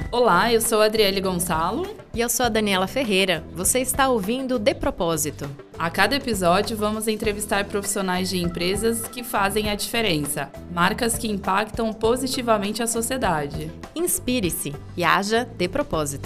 Olá, eu sou a Adriele Gonçalo. E eu sou a Daniela Ferreira. Você está ouvindo De Propósito. A cada episódio, vamos entrevistar profissionais de empresas que fazem a diferença, marcas que impactam positivamente a sociedade. Inspire-se e haja de propósito.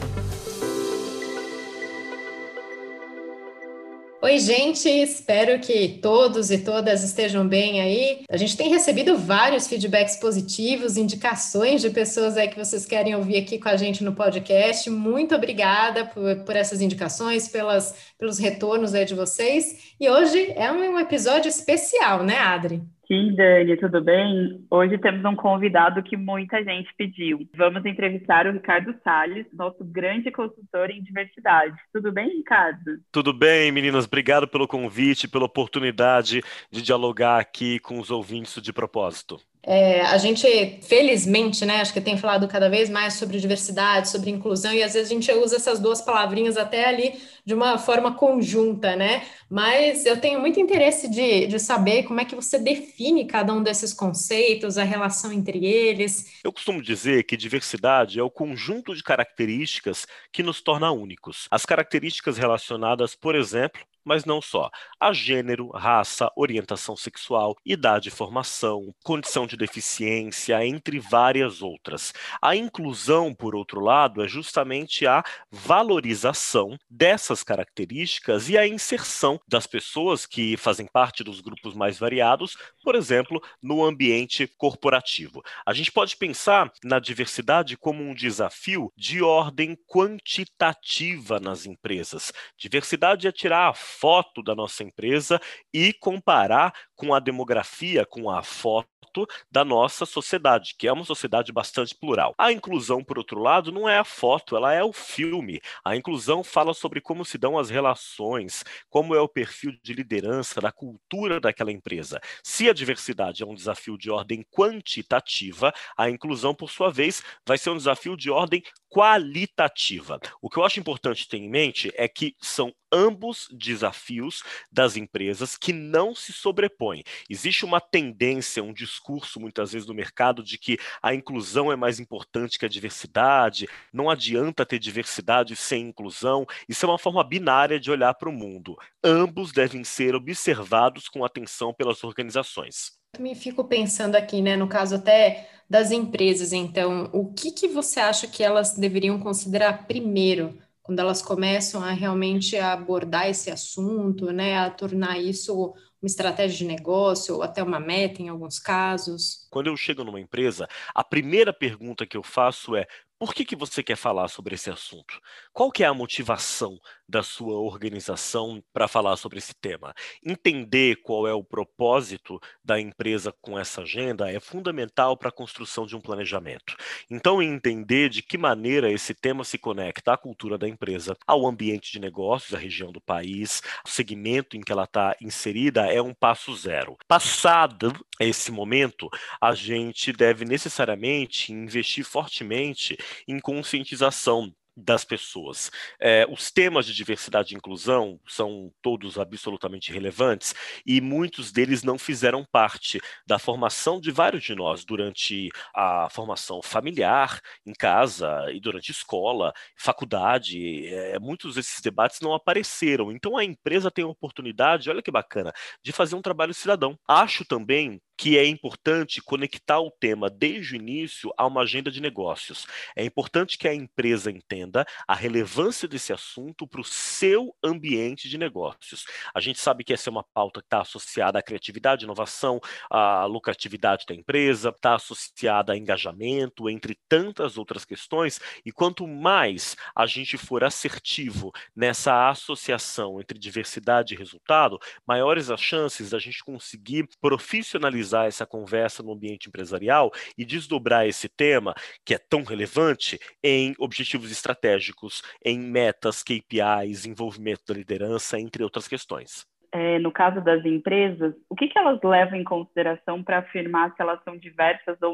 Oi, gente, espero que todos e todas estejam bem aí. A gente tem recebido vários feedbacks positivos, indicações de pessoas aí que vocês querem ouvir aqui com a gente no podcast. Muito obrigada por essas indicações, pelos retornos aí de vocês. E hoje é um episódio especial, né, Adri? Sim, Dani, tudo bem? Hoje temos um convidado que muita gente pediu. Vamos entrevistar o Ricardo Salles, nosso grande consultor em diversidade. Tudo bem, Ricardo? Tudo bem, meninas. Obrigado pelo convite, pela oportunidade de dialogar aqui com os ouvintes de propósito. A gente, felizmente, né, acho que tem falado cada vez mais sobre diversidade, sobre inclusão, e às vezes a gente usa essas duas palavrinhas até ali de uma forma conjunta, né? Mas eu tenho muito interesse de saber como é que você define cada um desses conceitos, a relação entre eles. Eu costumo dizer que diversidade é o conjunto de características que nos torna únicos. As características relacionadas, por exemplo, mas não só, a gênero, raça, orientação sexual, idade e formação, condição de deficiência, entre várias outras. A inclusão, por outro lado, é justamente a valorização dessas características e a inserção das pessoas que fazem parte dos grupos mais variados, por exemplo, no ambiente corporativo. A gente pode pensar na diversidade como um desafio de ordem quantitativa nas empresas. Diversidade é tirar a foto da nossa empresa e comparar com a demografia, com a foto da nossa sociedade, que é uma sociedade bastante plural. A inclusão, por outro lado, não é a foto, ela é o filme. A inclusão fala sobre como se dão as relações, como é o perfil de liderança, da cultura daquela empresa. Se a diversidade é um desafio de ordem quantitativa, a inclusão, por sua vez, vai ser um desafio de ordem qualitativa. O que eu acho importante ter em mente é que são ambos desafios das empresas que não se sobrepõem. Existe uma tendência, um discurso muitas vezes no mercado de que a inclusão é mais importante que a diversidade, não adianta ter diversidade sem inclusão. Isso é uma forma binária de olhar para o mundo. Ambos devem ser observados com atenção pelas organizações. Eu me fico pensando aqui, né, no caso até das empresas, então, o que você acha que elas deveriam considerar primeiro quando elas começam a realmente abordar esse assunto, né, a tornar isso uma estratégia de negócio ou até uma meta em alguns casos? Quando eu chego numa empresa, a primeira pergunta que eu faço é: por que você quer falar sobre esse assunto? Qual que é a motivação da sua organização para falar sobre esse tema? Entender qual é o propósito da empresa com essa agenda é fundamental para a construção de um planejamento. Então, entender de que maneira esse tema se conecta à cultura da empresa, ao ambiente de negócios, à região do país, ao segmento em que ela está inserida é um passo zero. Passado esse momento, a gente deve necessariamente investir fortemente em conscientização das pessoas. Os temas de diversidade e inclusão são todos absolutamente relevantes e muitos deles não fizeram parte da formação de vários de nós durante a formação familiar, em casa e durante escola, faculdade. Muitos desses debates não apareceram. Então a empresa tem a oportunidade, olha que bacana, de fazer um trabalho cidadão. Acho também que é importante conectar o tema desde o início a uma agenda de negócios. É importante que a empresa entenda a relevância desse assunto para o seu ambiente de negócios. A gente sabe que essa é uma pauta que está associada à criatividade, inovação, à lucratividade da empresa, está associada a engajamento, entre tantas outras questões, e quanto mais a gente for assertivo nessa associação entre diversidade e resultado, maiores as chances da gente conseguir profissionalizar essa conversa no ambiente empresarial e desdobrar esse tema, que é tão relevante, em objetivos estratégicos, em metas, KPIs, envolvimento da liderança, entre outras questões. No caso das empresas, o que elas levam em consideração para afirmar se elas são diversas ou não?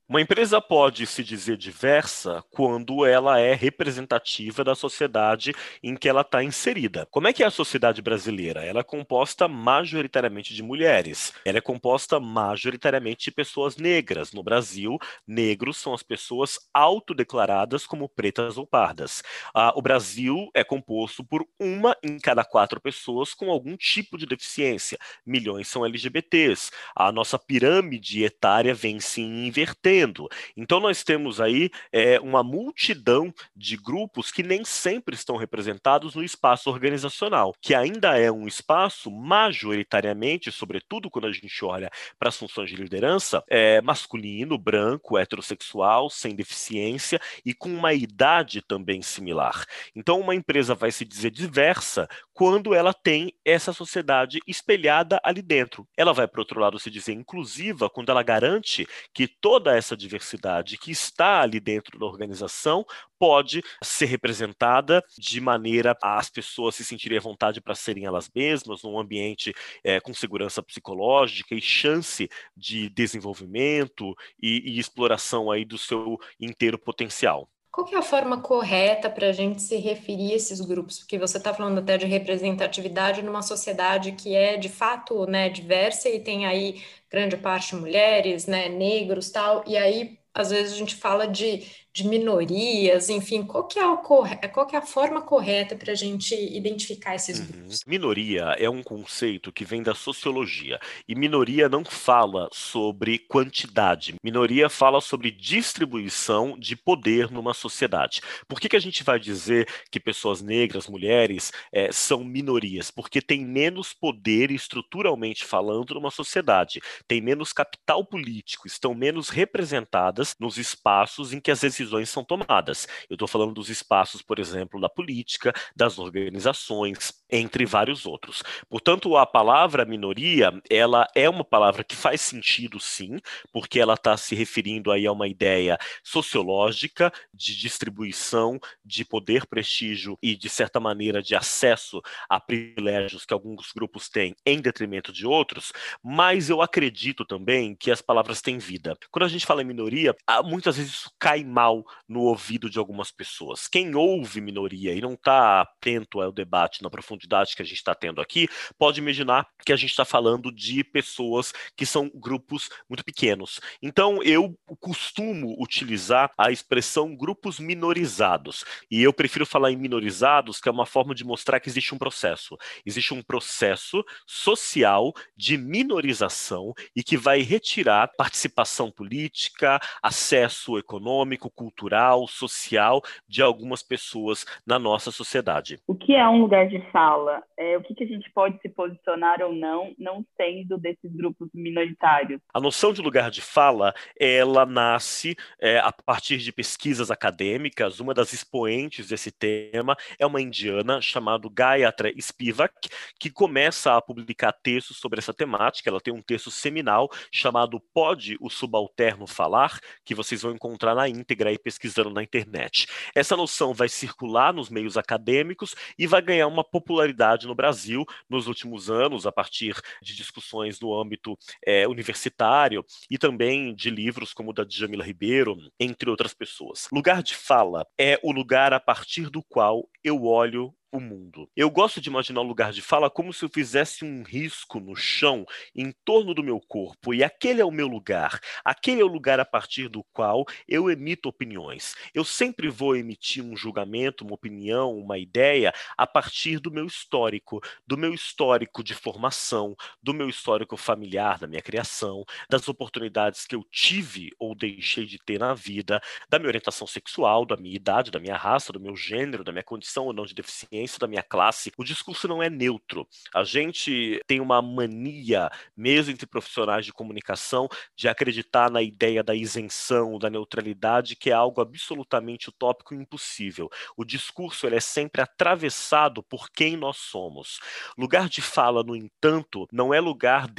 Uma empresa pode se dizer diversa quando ela é representativa da sociedade em que ela está inserida. Como é que é a sociedade brasileira? Ela é composta majoritariamente de mulheres. Ela é composta majoritariamente de pessoas negras. No Brasil, negros são as pessoas autodeclaradas como pretas ou pardas. O Brasil é composto por 1 em cada 4 pessoas com algum tipo de deficiência. Milhões são LGBTs. A nossa pirâmide etária vem se invertendo. Então, nós temos aí uma multidão de grupos que nem sempre estão representados no espaço organizacional, que ainda é um espaço majoritariamente, sobretudo quando a gente olha para as funções de liderança, masculino, branco, heterossexual, sem deficiência e com uma idade também similar. Então, uma empresa vai se dizer diversa quando ela tem essa sociedade espelhada ali dentro. Ela vai, por outro lado, se dizer inclusiva quando ela garante que toda essa diversidade que está ali dentro da organização pode ser representada de maneira a as pessoas se sentirem à vontade para serem elas mesmas, num ambiente com segurança psicológica e chance de desenvolvimento e exploração aí do seu inteiro potencial. Qual que é a forma correta para a gente se referir a esses grupos? Porque você está falando até de representatividade numa sociedade que é, de fato, né, diversa e tem aí grande parte mulheres, né, negros, tal, e aí, às vezes, a gente fala de minorias, enfim, qual que é a forma correta para a gente identificar esses grupos? Minoria é um conceito que vem da sociologia, e minoria não fala sobre quantidade, minoria fala sobre distribuição de poder numa sociedade. Por que a gente vai dizer que pessoas negras, mulheres, são minorias? Porque tem menos poder estruturalmente falando numa sociedade, tem menos capital político, estão menos representadas nos espaços em que as decisões são tomadas. Eu estou falando dos espaços, por exemplo, da política, das organizações, entre vários outros. Portanto, a palavra minoria, ela é uma palavra que faz sentido, sim, porque ela está se referindo aí a uma ideia sociológica de distribuição de poder, prestígio e, de certa maneira, de acesso a privilégios que alguns grupos têm em detrimento de outros, mas eu acredito também que as palavras têm vida. Quando a gente fala em minoria, muitas vezes isso cai mal no ouvido de algumas pessoas. Quem ouve minoria e não está atento ao debate na profundidade que a gente está tendo aqui, pode imaginar que a gente está falando de pessoas que são grupos muito pequenos. Então, eu costumo utilizar a expressão grupos minorizados. E eu prefiro falar em minorizados, que é uma forma de mostrar que existe um processo. Existe um processo social de minorização e que vai retirar participação política, acesso econômico, cultural, social de algumas pessoas na nossa sociedade. O que é um lugar de fala? O que a gente pode se posicionar ou não sendo desses grupos minoritários? A noção de lugar de fala, ela nasce a partir de pesquisas acadêmicas. Uma das expoentes desse tema é uma indiana chamada Gayatri Spivak, que começa a publicar textos sobre essa temática. Ela tem um texto seminal chamado Pode o Subalterno Falar?, que vocês vão encontrar na íntegra aí pesquisando na internet. Essa noção vai circular nos meios acadêmicos e vai ganhar uma popularidade no Brasil nos últimos anos, a partir de discussões no âmbito universitário e também de livros como o da Djamila Ribeiro, entre outras pessoas. Lugar de fala é o lugar a partir do qual eu olho o mundo. Eu gosto de imaginar o lugar de fala como se eu fizesse um risco no chão em torno do meu corpo, e aquele é o meu lugar. Aquele é o lugar a partir do qual eu emito opiniões. Eu sempre vou emitir um julgamento, uma opinião, uma ideia a partir do meu histórico de formação, do meu histórico familiar, da minha criação, das oportunidades que eu tive ou deixei de ter na vida, da minha orientação sexual, da minha idade, da minha raça, do meu gênero, da minha condição ou não de deficiência, da minha classe. O discurso não é neutro. A gente tem uma mania, mesmo entre profissionais de comunicação, de acreditar na ideia da isenção, da neutralidade, que é algo absolutamente utópico e impossível. O discurso ele é sempre atravessado por quem nós somos. Lugar de fala, no entanto, não é lugar de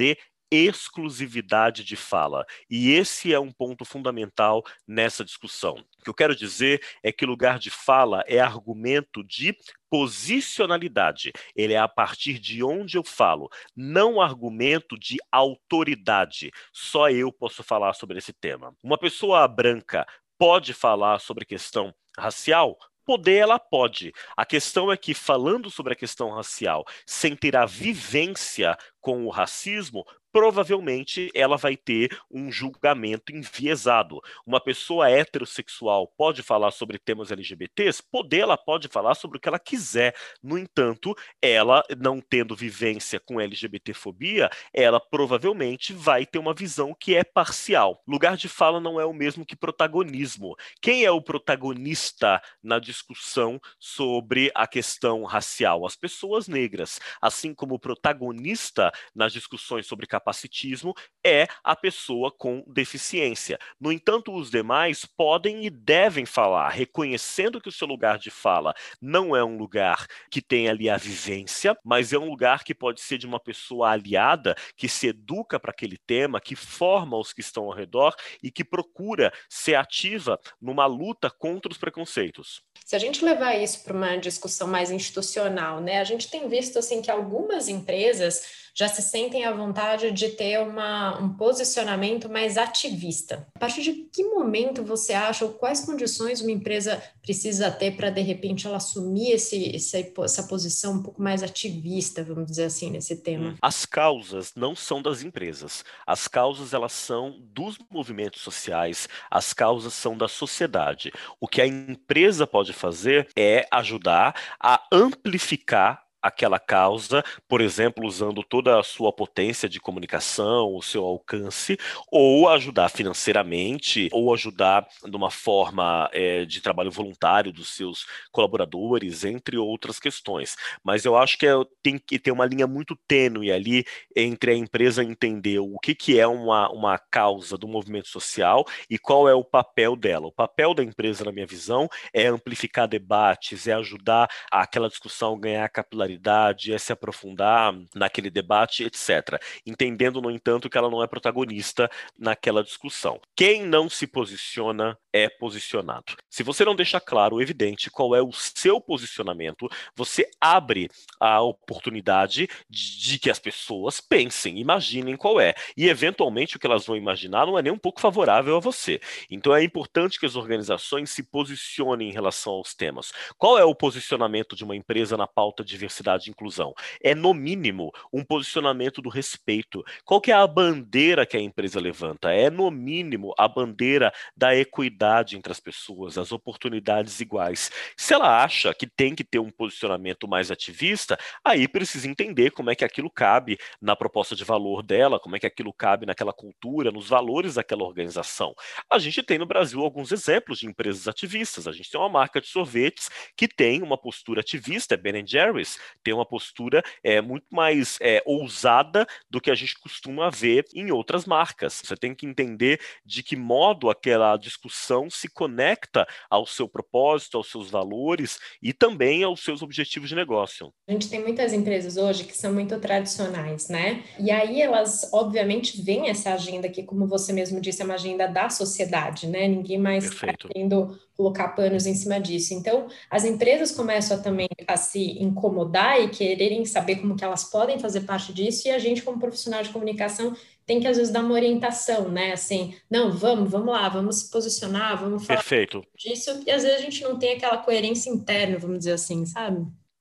exclusividade de fala. E esse é um ponto fundamental nessa discussão. O que eu quero dizer é que lugar de fala é argumento de posicionalidade. Ele é a partir de onde eu falo, não argumento de autoridade. Só eu posso falar sobre esse tema. Uma pessoa branca pode falar sobre questão racial? Poder, ela pode. A questão é que, falando sobre a questão racial, sem ter a vivência com o racismo, provavelmente ela vai ter um julgamento enviesado. Uma pessoa heterossexual pode falar sobre temas LGBTs? Poder, ela pode falar sobre o que ela quiser. No entanto, ela, não tendo vivência com LGBTfobia, ela provavelmente vai ter uma visão que é parcial. Lugar de fala não é o mesmo que protagonismo. Quem é o protagonista na discussão sobre a questão racial? As pessoas negras. Assim como o protagonista nas discussões sobre capacitismo é a pessoa com deficiência. No entanto, os demais podem e devem falar, reconhecendo que o seu lugar de fala não é um lugar que tem ali a vivência, mas é um lugar que pode ser de uma pessoa aliada, que se educa para aquele tema, que forma os que estão ao redor e que procura ser ativa numa luta contra os preconceitos. Se a gente levar isso para uma discussão mais institucional, né, a gente tem visto assim que algumas empresas já se sentem à vontade de ter um posicionamento mais ativista. A partir de que momento você acha, ou quais condições uma empresa precisa ter para, de repente, ela assumir essa posição um pouco mais ativista, vamos dizer assim, nesse tema? As causas não são das empresas. As causas, elas são dos movimentos sociais, as causas são da sociedade. O que a empresa pode fazer é ajudar a amplificar aquela causa, por exemplo, usando toda a sua potência de comunicação, o seu alcance, ou ajudar financeiramente, ou ajudar de uma forma de trabalho voluntário dos seus colaboradores, entre outras questões. Mas eu acho que tem que ter uma linha muito tênue ali entre a empresa entender o que é uma causa do movimento social e qual é o papel dela. O papel da empresa, na minha visão, é amplificar debates, é ajudar aquela discussão a ganhar capilaridade, é se aprofundar naquele debate, etc. Entendendo, no entanto, que ela não é protagonista naquela discussão. Quem não se posiciona é posicionado. Se você não deixa claro, evidente, qual é o seu posicionamento, você abre a oportunidade de que as pessoas pensem, imaginem qual é. E, eventualmente, o que elas vão imaginar não é nem um pouco favorável a você. Então, é importante que as organizações se posicionem em relação aos temas. Qual é o posicionamento de uma empresa na pauta diversidade e inclusão? É, no mínimo, um posicionamento do respeito. Qual que é a bandeira que a empresa levanta? É, no mínimo, a bandeira da equidade entre as pessoas, as oportunidades iguais. Se ela acha que tem que ter um posicionamento mais ativista, aí precisa entender como é que aquilo cabe na proposta de valor dela, como é que aquilo cabe naquela cultura, nos valores daquela organização. A gente tem no Brasil alguns exemplos de empresas ativistas. A gente tem uma marca de sorvetes que tem uma postura ativista, é Ben & Jerry's, tem uma postura muito mais ousada do que a gente costuma ver em outras marcas. Você tem que entender de que modo aquela discussão se conecta ao seu propósito, aos seus valores e também aos seus objetivos de negócio. A gente tem muitas empresas hoje que são muito tradicionais, né? E aí elas, obviamente, veem essa agenda que, como você mesmo disse, é uma agenda da sociedade, né? Ninguém mais está querendo colocar panos em cima disso. Então, as empresas começam também a se incomodar e quererem saber como que elas podem fazer parte disso, e a gente, como profissional de comunicação, tem que, às vezes, dar uma orientação, né? Assim, não, vamos lá, vamos se posicionar, vamos falar disso, e às vezes a gente não tem aquela coerência interna, vamos dizer assim, sabe?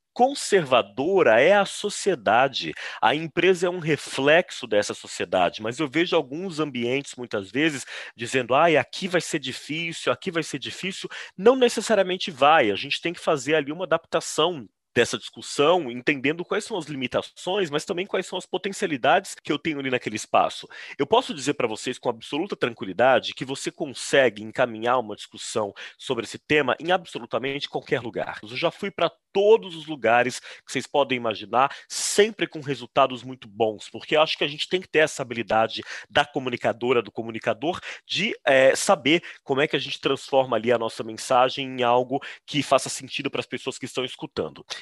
Conservadora é a sociedade. A empresa é um reflexo dessa sociedade, mas eu vejo alguns ambientes, muitas vezes, dizendo, aqui vai ser difícil, aqui vai ser difícil. Não necessariamente vai, a gente tem que fazer ali uma adaptação dessa discussão, entendendo quais são as limitações, mas também quais são as potencialidades que eu tenho ali naquele espaço. Eu posso dizer para vocês com absoluta tranquilidade que você consegue encaminhar uma discussão sobre esse tema em absolutamente qualquer lugar. Eu já fui para todos os lugares que vocês podem imaginar, sempre com resultados muito bons, porque eu acho que a gente tem que ter essa habilidade da comunicadora, do comunicador, de saber como é que a gente transforma ali a nossa mensagem em algo que faça sentido para as pessoas que estão escutando.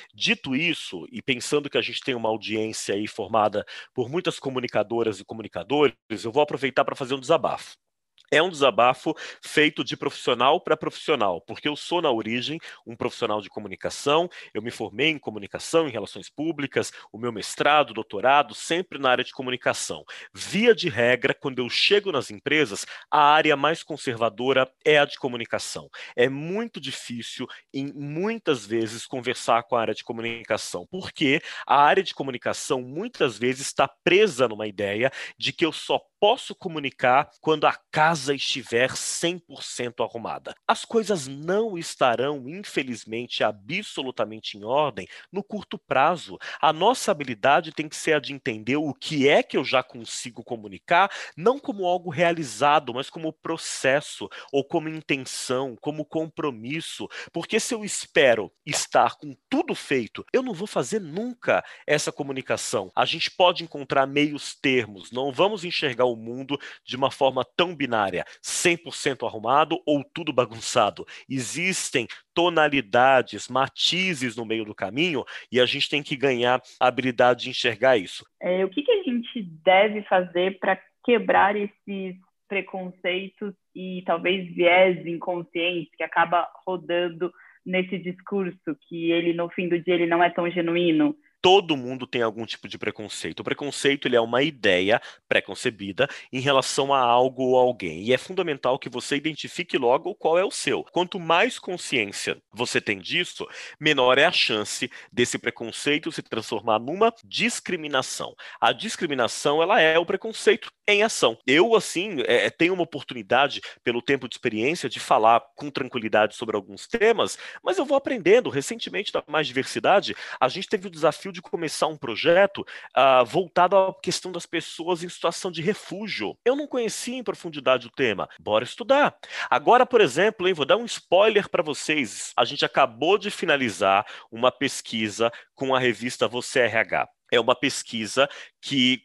Dito isso, e pensando que a gente tem uma audiência aí formada por muitas comunicadoras e comunicadores, eu vou aproveitar para fazer um desabafo. É um desabafo feito de profissional para profissional, porque eu sou, na origem, um profissional de comunicação, eu me formei em comunicação, em relações públicas, o meu mestrado, doutorado, sempre na área de comunicação. Via de regra, quando eu chego nas empresas, a área mais conservadora é a de comunicação. É muito difícil, muitas vezes, conversar com a área de comunicação, porque a área de comunicação, muitas vezes, está presa numa ideia de que eu só posso comunicar quando a casa estiver 100% arrumada. As coisas não estarão, infelizmente, absolutamente em ordem no curto prazo. A nossa habilidade tem que ser a de entender o que é que eu já consigo comunicar, não como algo realizado, mas como processo, ou como intenção, como compromisso. Porque se eu espero estar com tudo feito, eu não vou fazer nunca essa comunicação. A gente pode encontrar meios termos, não vamos enxergar o mundo de uma forma tão binária, 100% arrumado ou tudo bagunçado. Existem tonalidades, matizes no meio do caminho e a gente tem que ganhar a habilidade de enxergar isso. O que a gente deve fazer para quebrar esses preconceitos e talvez viés inconscientes que acaba rodando nesse discurso, que ele, no fim do dia, ele não é tão genuíno? Todo mundo tem algum tipo de preconceito. O preconceito ele é uma ideia pré-concebida em relação a algo ou alguém. E é fundamental que você identifique logo qual é o seu. Quanto mais consciência você tem disso, menor é a chance desse preconceito se transformar numa discriminação. A discriminação, ela é o preconceito em ação. Eu, assim, tenho uma oportunidade, pelo tempo de experiência, de falar com tranquilidade sobre alguns temas, mas eu vou aprendendo. Recentemente, na Mais Diversidade, a gente teve o desafio de começar um projeto voltado à questão das pessoas em situação de refúgio. Eu não conhecia em profundidade o tema. Bora estudar. Agora, por exemplo, vou dar um spoiler para vocês. A gente acabou de finalizar uma pesquisa com a revista Você RH. É uma pesquisa que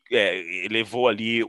levou ali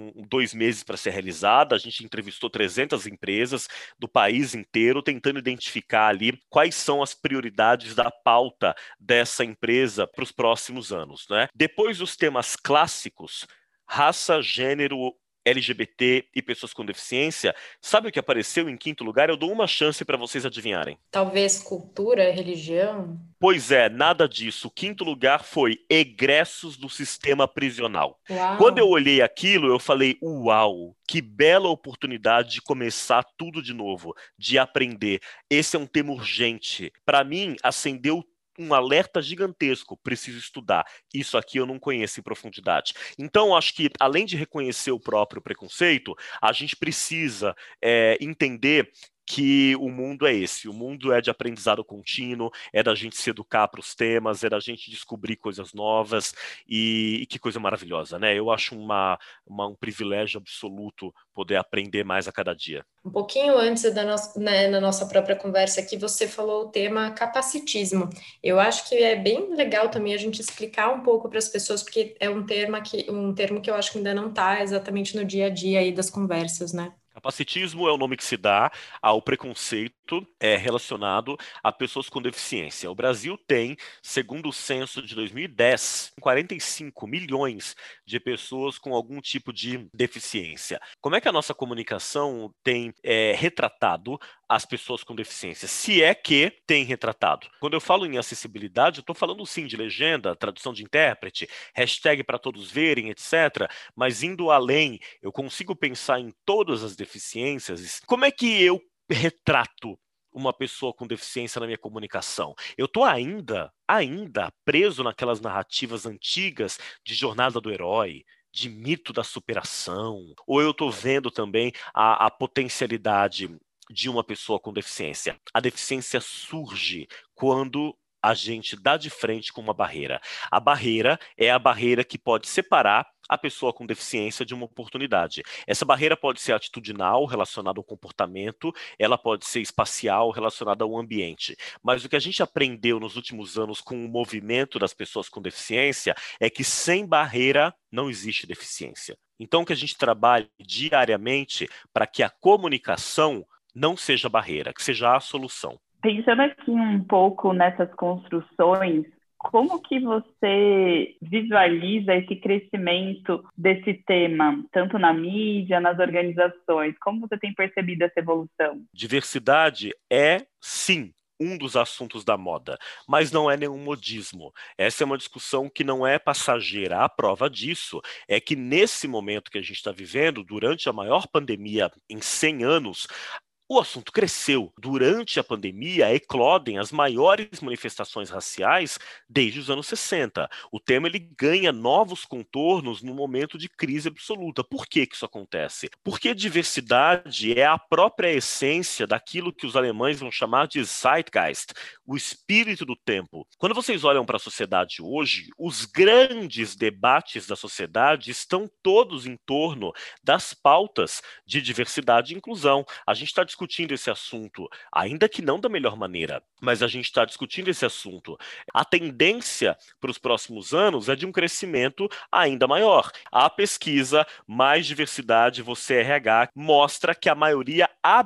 2 meses para ser realizada. A gente entrevistou 300 empresas do país inteiro, tentando identificar ali quais são as prioridades da pauta dessa empresa para os próximos anos, né? Depois dos temas clássicos, raça, gênero, LGBT e pessoas com deficiência, sabe o que apareceu em 5º lugar? Eu dou uma chance para vocês adivinharem. Talvez cultura, religião? Pois é, nada disso. O 5º lugar foi egressos do sistema prisional. Uau. Quando eu olhei aquilo, eu falei, uau, que bela oportunidade de começar tudo de novo, de aprender. Esse é um tema urgente. Para mim, acendeu um alerta gigantesco, preciso estudar. Isso aqui eu não conheço em profundidade. Então, acho que, além de reconhecer o próprio preconceito, a gente precisa entender que o mundo é esse. O mundo é de aprendizado contínuo, é da gente se educar para os temas, é da gente descobrir coisas novas e que coisa maravilhosa, né? Eu acho um privilégio absoluto poder aprender mais a cada dia. Um pouquinho antes na nossa própria conversa aqui, você falou o tema capacitismo. Eu acho que é bem legal também a gente explicar um pouco para as pessoas, porque é um termo que eu acho que ainda não está exatamente no dia a dia aí das conversas, né? Capacitismo é o nome que se dá ao preconceito relacionado a pessoas com deficiência. O Brasil tem, segundo o censo de 2010, 45 milhões de pessoas com algum tipo de deficiência. Como é que a nossa comunicação tem retratado as pessoas com deficiência? Se é que tem retratado. Quando eu falo em acessibilidade, eu estou falando sim de legenda, tradução de intérprete, hashtag para todos verem, etc. Mas indo além, eu consigo pensar em todas as deficiências. Como é que eu retrato uma pessoa com deficiência na minha comunicação? Eu estou ainda preso naquelas narrativas antigas de jornada do herói, de mito da superação, ou eu estou vendo também a potencialidade de uma pessoa com deficiência? A deficiência surge quando a gente dá de frente com uma barreira. A barreira é a barreira que pode separar a pessoa com deficiência de uma oportunidade. Essa barreira pode ser atitudinal, relacionada ao comportamento, ela pode ser espacial, relacionada ao ambiente. Mas o que a gente aprendeu nos últimos anos com o movimento das pessoas com deficiência é que sem barreira não existe deficiência. Então, que a gente trabalhe diariamente para que a comunicação não seja barreira, que seja a solução. Pensando aqui um pouco nessas construções, como que você visualiza esse crescimento desse tema, tanto na mídia, nas organizações? Como você tem percebido essa evolução? Diversidade é, sim, um dos assuntos da moda, mas não é nenhum modismo. Essa é uma discussão que não é passageira. A prova disso é que nesse momento que a gente está vivendo, durante a maior pandemia em 100 anos, o assunto cresceu. Durante a pandemia, eclodem as maiores manifestações raciais desde os anos 60. O tema ele ganha novos contornos no momento de crise absoluta. Por que isso acontece? Porque diversidade é a própria essência daquilo que os alemães vão chamar de Zeitgeist, o espírito do tempo. Quando vocês olham para a sociedade hoje, os grandes debates da sociedade estão todos em torno das pautas de diversidade e inclusão. A gente está discutindo esse assunto, ainda que não da melhor maneira, mas a gente está discutindo esse assunto. A tendência para os próximos anos é de um crescimento ainda maior. A pesquisa Mais Diversidade Você RH mostra que a maioria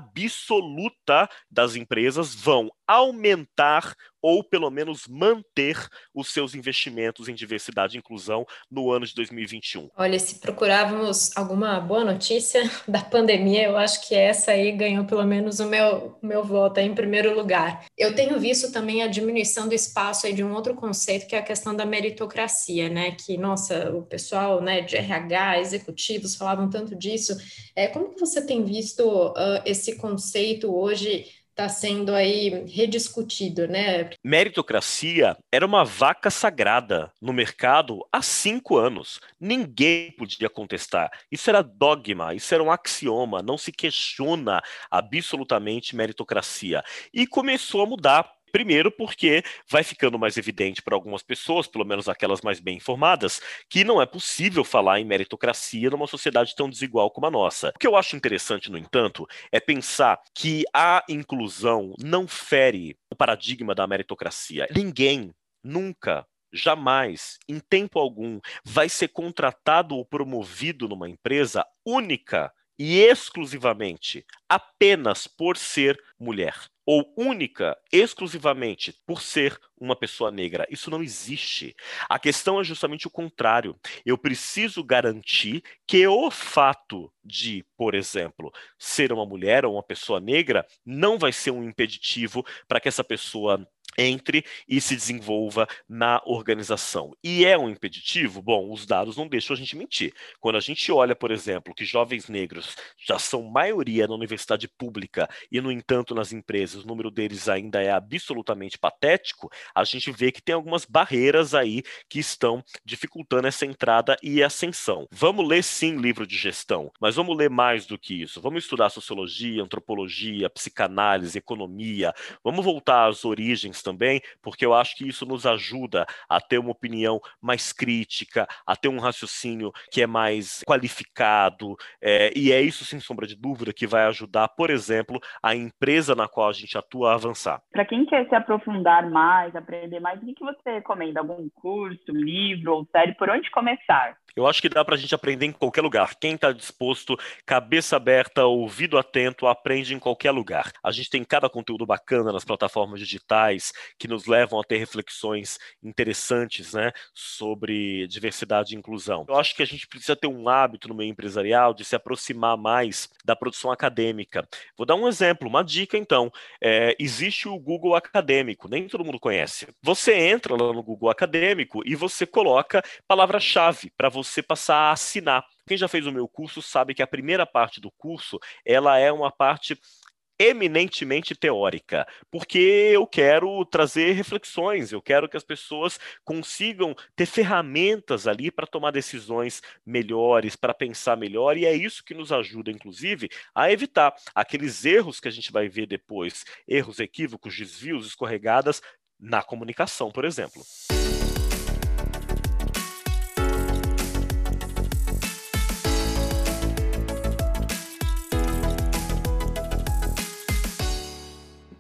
absoluta das empresas vão aumentar ou pelo menos manter os seus investimentos em diversidade e inclusão no ano de 2021. Olha, se procurávamos alguma boa notícia da pandemia, eu acho que essa aí ganhou pelo menos o meu voto aí em primeiro lugar. Eu tenho visto também a diminuição do espaço aí de um outro conceito, que é a questão da meritocracia, né? Que, nossa, o pessoal, né, de RH, executivos falavam tanto disso. Como que você tem visto esse conceito hoje está sendo aí rediscutido, né? Meritocracia era uma vaca sagrada no mercado há 5 anos. Ninguém podia contestar. Isso era dogma, isso era um axioma, não se questiona absolutamente meritocracia. E começou a mudar. Primeiro porque vai ficando mais evidente para algumas pessoas, pelo menos aquelas mais bem informadas, que não é possível falar em meritocracia numa sociedade tão desigual como a nossa. O que eu acho interessante, no entanto, é pensar que a inclusão não fere o paradigma da meritocracia. Ninguém, nunca, jamais, em tempo algum, vai ser contratado ou promovido numa empresa única e exclusivamente apenas por ser mulher. Ou única, exclusivamente, por ser uma pessoa negra. Isso não existe. A questão é justamente o contrário. Eu preciso garantir que o fato de, por exemplo, ser uma mulher ou uma pessoa negra não vai ser um impeditivo para que essa pessoa entre e se desenvolva na organização. E é um impeditivo? Bom, os dados não deixam a gente mentir. Quando a gente olha, por exemplo, que jovens negros já são maioria na universidade pública e, no entanto, nas empresas, o número deles ainda é absolutamente patético, a gente vê que tem algumas barreiras aí que estão dificultando essa entrada e ascensão. Vamos ler, sim, livro de gestão, mas vamos ler mais do que isso. Vamos estudar sociologia, antropologia, psicanálise, economia. Vamos voltar às origens também, porque eu acho que isso nos ajuda a ter uma opinião mais crítica, a ter um raciocínio que é mais qualificado, e é isso, sem sombra de dúvida, que vai ajudar, por exemplo, a empresa na qual a gente atua a avançar. Para quem quer se aprofundar mais, aprender mais, o que você recomenda? Algum curso, livro ou série? Por onde começar? Eu acho que dá para a gente aprender em qualquer lugar. Quem está disposto, cabeça aberta, ouvido atento, aprende em qualquer lugar. A gente tem cada conteúdo bacana nas plataformas digitais que nos levam a ter reflexões interessantes, né, sobre diversidade e inclusão. Eu acho que a gente precisa ter um hábito no meio empresarial de se aproximar mais da produção acadêmica. Vou dar um exemplo, uma dica então. Existe o Google Acadêmico, nem todo mundo conhece. Você entra lá no Google Acadêmico e você coloca palavra-chave para você passar a assinar. Quem já fez o meu curso sabe que a primeira parte do curso, ela é uma parte eminentemente teórica, porque eu quero trazer reflexões, eu quero que as pessoas consigam ter ferramentas ali para tomar decisões melhores, para pensar melhor, e é isso que nos ajuda, inclusive, a evitar aqueles erros que a gente vai ver depois, erros, equívocos, desvios, escorregadas na comunicação, por exemplo.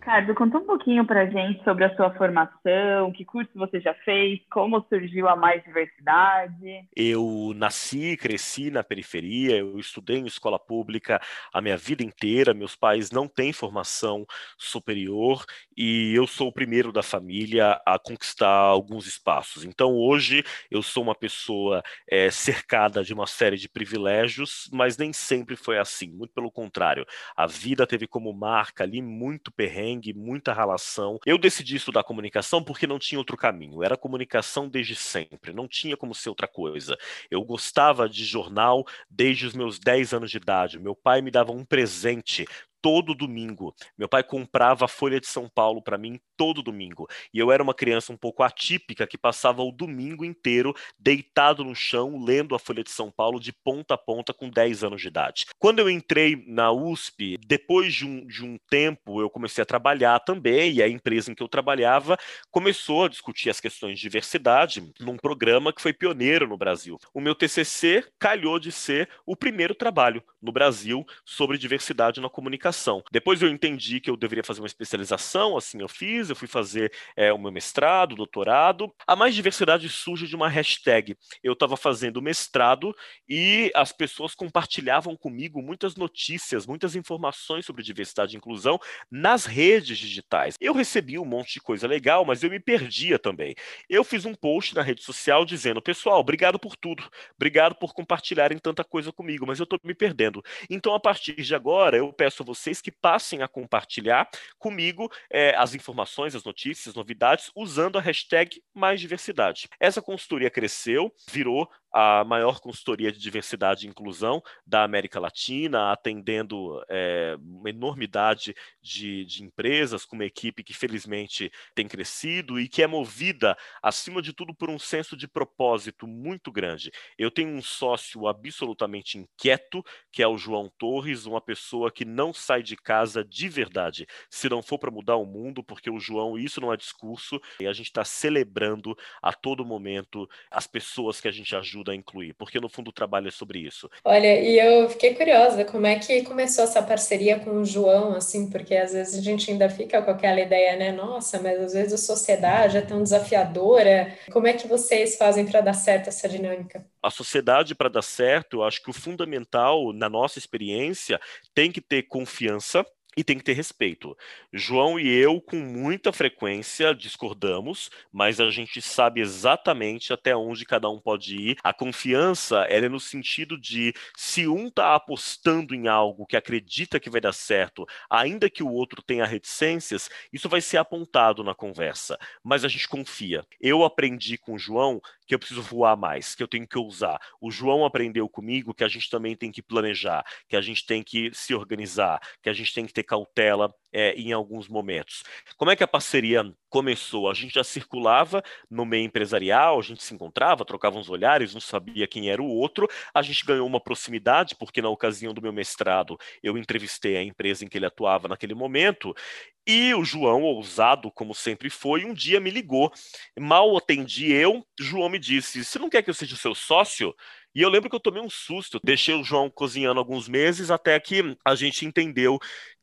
Ricardo, conta um pouquinho para a gente sobre a sua formação, que curso você já fez, como surgiu a Mais Diversidade. Eu nasci e cresci na periferia, eu estudei em escola pública a minha vida inteira, meus pais não têm formação superior e eu sou o primeiro da família a conquistar alguns espaços. Então hoje eu sou uma pessoa cercada de uma série de privilégios, mas nem sempre foi assim, muito pelo contrário. A vida teve como marca ali muito perrengue, muita ralação. Eu decidi estudar comunicação porque não tinha outro caminho. Era comunicação desde sempre, não tinha como ser outra coisa. Eu gostava de jornal desde os meus 10 anos de idade. Meu pai me dava um presente todo domingo. Meu pai comprava a Folha de São Paulo para mim todo domingo. E eu era uma criança um pouco atípica que passava o domingo inteiro deitado no chão, lendo a Folha de São Paulo de ponta a ponta com 10 anos de idade. Quando eu entrei na USP, depois de um tempo, eu comecei a trabalhar também, e a empresa em que eu trabalhava começou a discutir as questões de diversidade num programa que foi pioneiro no Brasil. O meu TCC calhou de ser o primeiro trabalho no Brasil sobre diversidade na comunicação. Depois eu entendi que eu deveria fazer uma especialização, assim eu fiz, eu fui fazer o meu mestrado, doutorado. A Mais Diversidade surge de uma hashtag. Eu estava fazendo mestrado e as pessoas compartilhavam comigo muitas notícias, muitas informações sobre diversidade e inclusão nas redes digitais. Eu recebi um monte de coisa legal, mas eu me perdia também. Eu fiz um post na rede social dizendo, pessoal, obrigado por tudo, obrigado por compartilharem tanta coisa comigo, mas eu estou me perdendo. Então, a partir de agora, eu peço a vocês que passem a compartilhar comigo as informações, as notícias, as novidades, usando a hashtag Mais Diversidade. Essa consultoria cresceu, virou a maior consultoria de diversidade e inclusão da América Latina, atendendo uma enormidade de empresas, com uma equipe que felizmente tem crescido e que é movida, acima de tudo, por um senso de propósito muito grande. Eu tenho um sócio absolutamente inquieto, que é o João Torres, uma pessoa que não sai de casa de verdade, se não for para mudar o mundo, porque o João, isso não é discurso, e a gente está celebrando a todo momento as pessoas que a gente ajuda a incluir, porque no fundo o trabalho é sobre isso. Olha, e eu fiquei curiosa, como é que começou essa parceria com o João, assim, porque às vezes a gente ainda fica com aquela ideia, né? Nossa, mas às vezes a sociedade é tão desafiadora. Como é que vocês fazem para dar certo essa dinâmica? A sociedade, para dar certo, eu acho que o fundamental, na nossa experiência, tem que ter confiança e tem que ter respeito. João e eu, com muita frequência, discordamos, mas a gente sabe exatamente até onde cada um pode ir. A confiança, ela é no sentido de, se um está apostando em algo que acredita que vai dar certo, ainda que o outro tenha reticências, isso vai ser apontado na conversa, mas a gente confia. Eu aprendi com o João que eu preciso voar mais, que eu tenho que ousar. O João aprendeu comigo que a gente também tem que planejar, que a gente tem que se organizar, que a gente tem que ter cautela em alguns momentos. Como é que a parceria começou? A gente já circulava no meio empresarial, a gente se encontrava, trocava uns olhares, não sabia quem era o outro, a gente ganhou uma proximidade, porque na ocasião do meu mestrado eu entrevistei a empresa em que ele atuava naquele momento, e o João, ousado como sempre foi, um dia me ligou. Mal atendi eu, João me disse, você não quer que eu seja o seu sócio? E eu lembro que eu tomei um susto, deixei o João cozinhando alguns meses até que a gente entendeu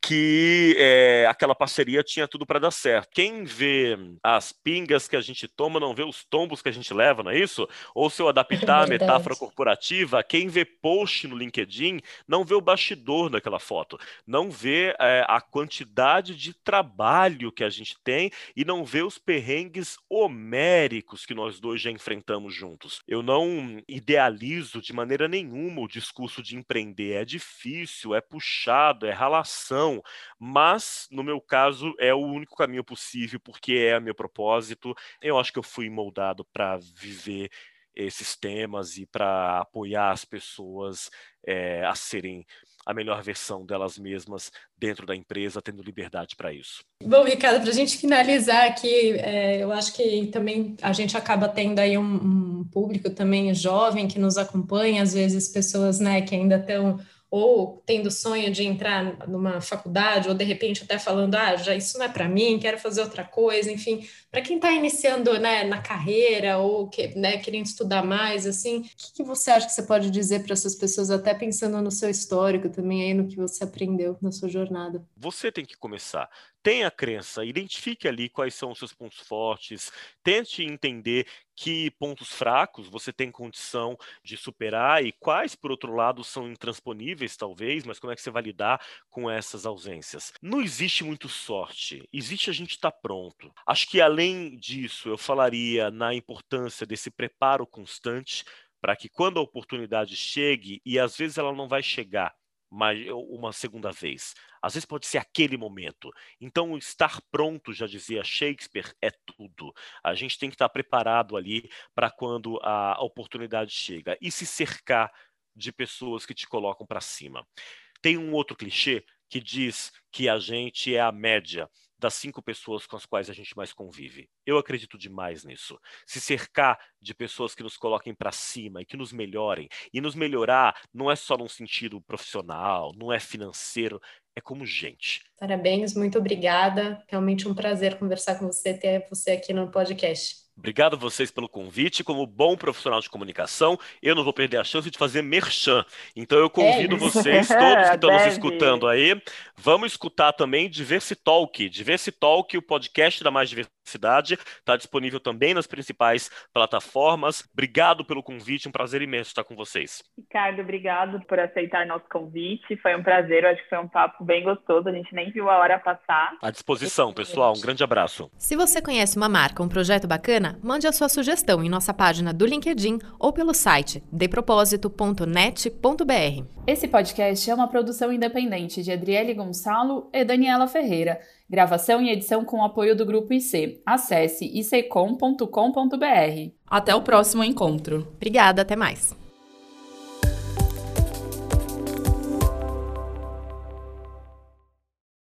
que aquela parceria tinha tudo para dar certo. Quem vê as pingas que a gente toma não vê os tombos que a gente leva, não é isso? Ou se eu adaptar a metáfora corporativa, quem vê post no LinkedIn não vê o bastidor daquela foto, não vê a quantidade de trabalho que a gente tem e não vê os perrengues homéricos que nós dois já enfrentamos juntos. Eu não idealizo de maneira nenhuma o discurso de empreender. É difícil, é puxado, é ralação, mas no meu caso é o único caminho possível porque é meu propósito. Eu acho que eu fui moldado para viver esses temas e para apoiar as pessoas a serem a melhor versão delas mesmas dentro da empresa, tendo liberdade para isso. Bom, Ricardo, para a gente finalizar aqui, eu acho que também a gente acaba tendo aí um público também jovem que nos acompanha, às vezes pessoas, né, que ainda estão ou tendo sonho de entrar numa faculdade, ou de repente até falando, já isso não é para mim, quero fazer outra coisa, enfim, para quem está iniciando, né, na carreira ou querendo estudar mais, assim, o que você acha que você pode dizer para essas pessoas, até pensando no seu histórico também, aí no que você aprendeu na sua jornada? Você tem que começar. tenha crença, identifique ali quais são os seus pontos fortes, tente entender que pontos fracos você tem condição de superar e quais, por outro lado, são intransponíveis, talvez, mas como é que você vai lidar com essas ausências? Não existe muito sorte, existe a gente estar pronto. Acho que, além disso, eu falaria na importância desse preparo constante para que quando a oportunidade chegue, e às vezes ela não vai chegar uma segunda vez. Às vezes pode ser aquele momento. Então, estar pronto, já dizia Shakespeare, é tudo. A gente tem que estar preparado ali para quando a oportunidade chega e se cercar de pessoas que te colocam para cima. Tem um outro clichê que diz que a gente é a média das 5 pessoas com as quais a gente mais convive. Eu acredito demais nisso. Se cercar de pessoas que nos coloquem para cima e que nos melhorem. E nos melhorar não é só num sentido profissional, não é financeiro, é como gente. Parabéns, muito obrigada. Realmente um prazer conversar com você, ter você aqui no podcast. Obrigado a vocês pelo convite. Como bom profissional de comunicação, eu não vou perder a chance de fazer merchan. Então eu convido vocês, todos que estão nos escutando aí, vamos escutar também Diversitalk. Diversitalk, o podcast da Mais Diversidade, está disponível também nas principais plataformas. Obrigado pelo convite, um prazer imenso estar com vocês. Ricardo, obrigado por aceitar nosso convite. Foi um prazer, eu acho que foi um papo bem gostoso. A gente nem viu a hora passar. À disposição, pessoal. Um grande abraço. Se você conhece uma marca, um projeto bacana, mande a sua sugestão em nossa página do LinkedIn ou pelo site depropósito.net.br. Esse podcast é uma produção independente de Adriele Gonçalo e Daniela Ferreira. Gravação e edição com apoio do Grupo IC. Acesse icom.com.br. Até o próximo encontro. Obrigada, até mais.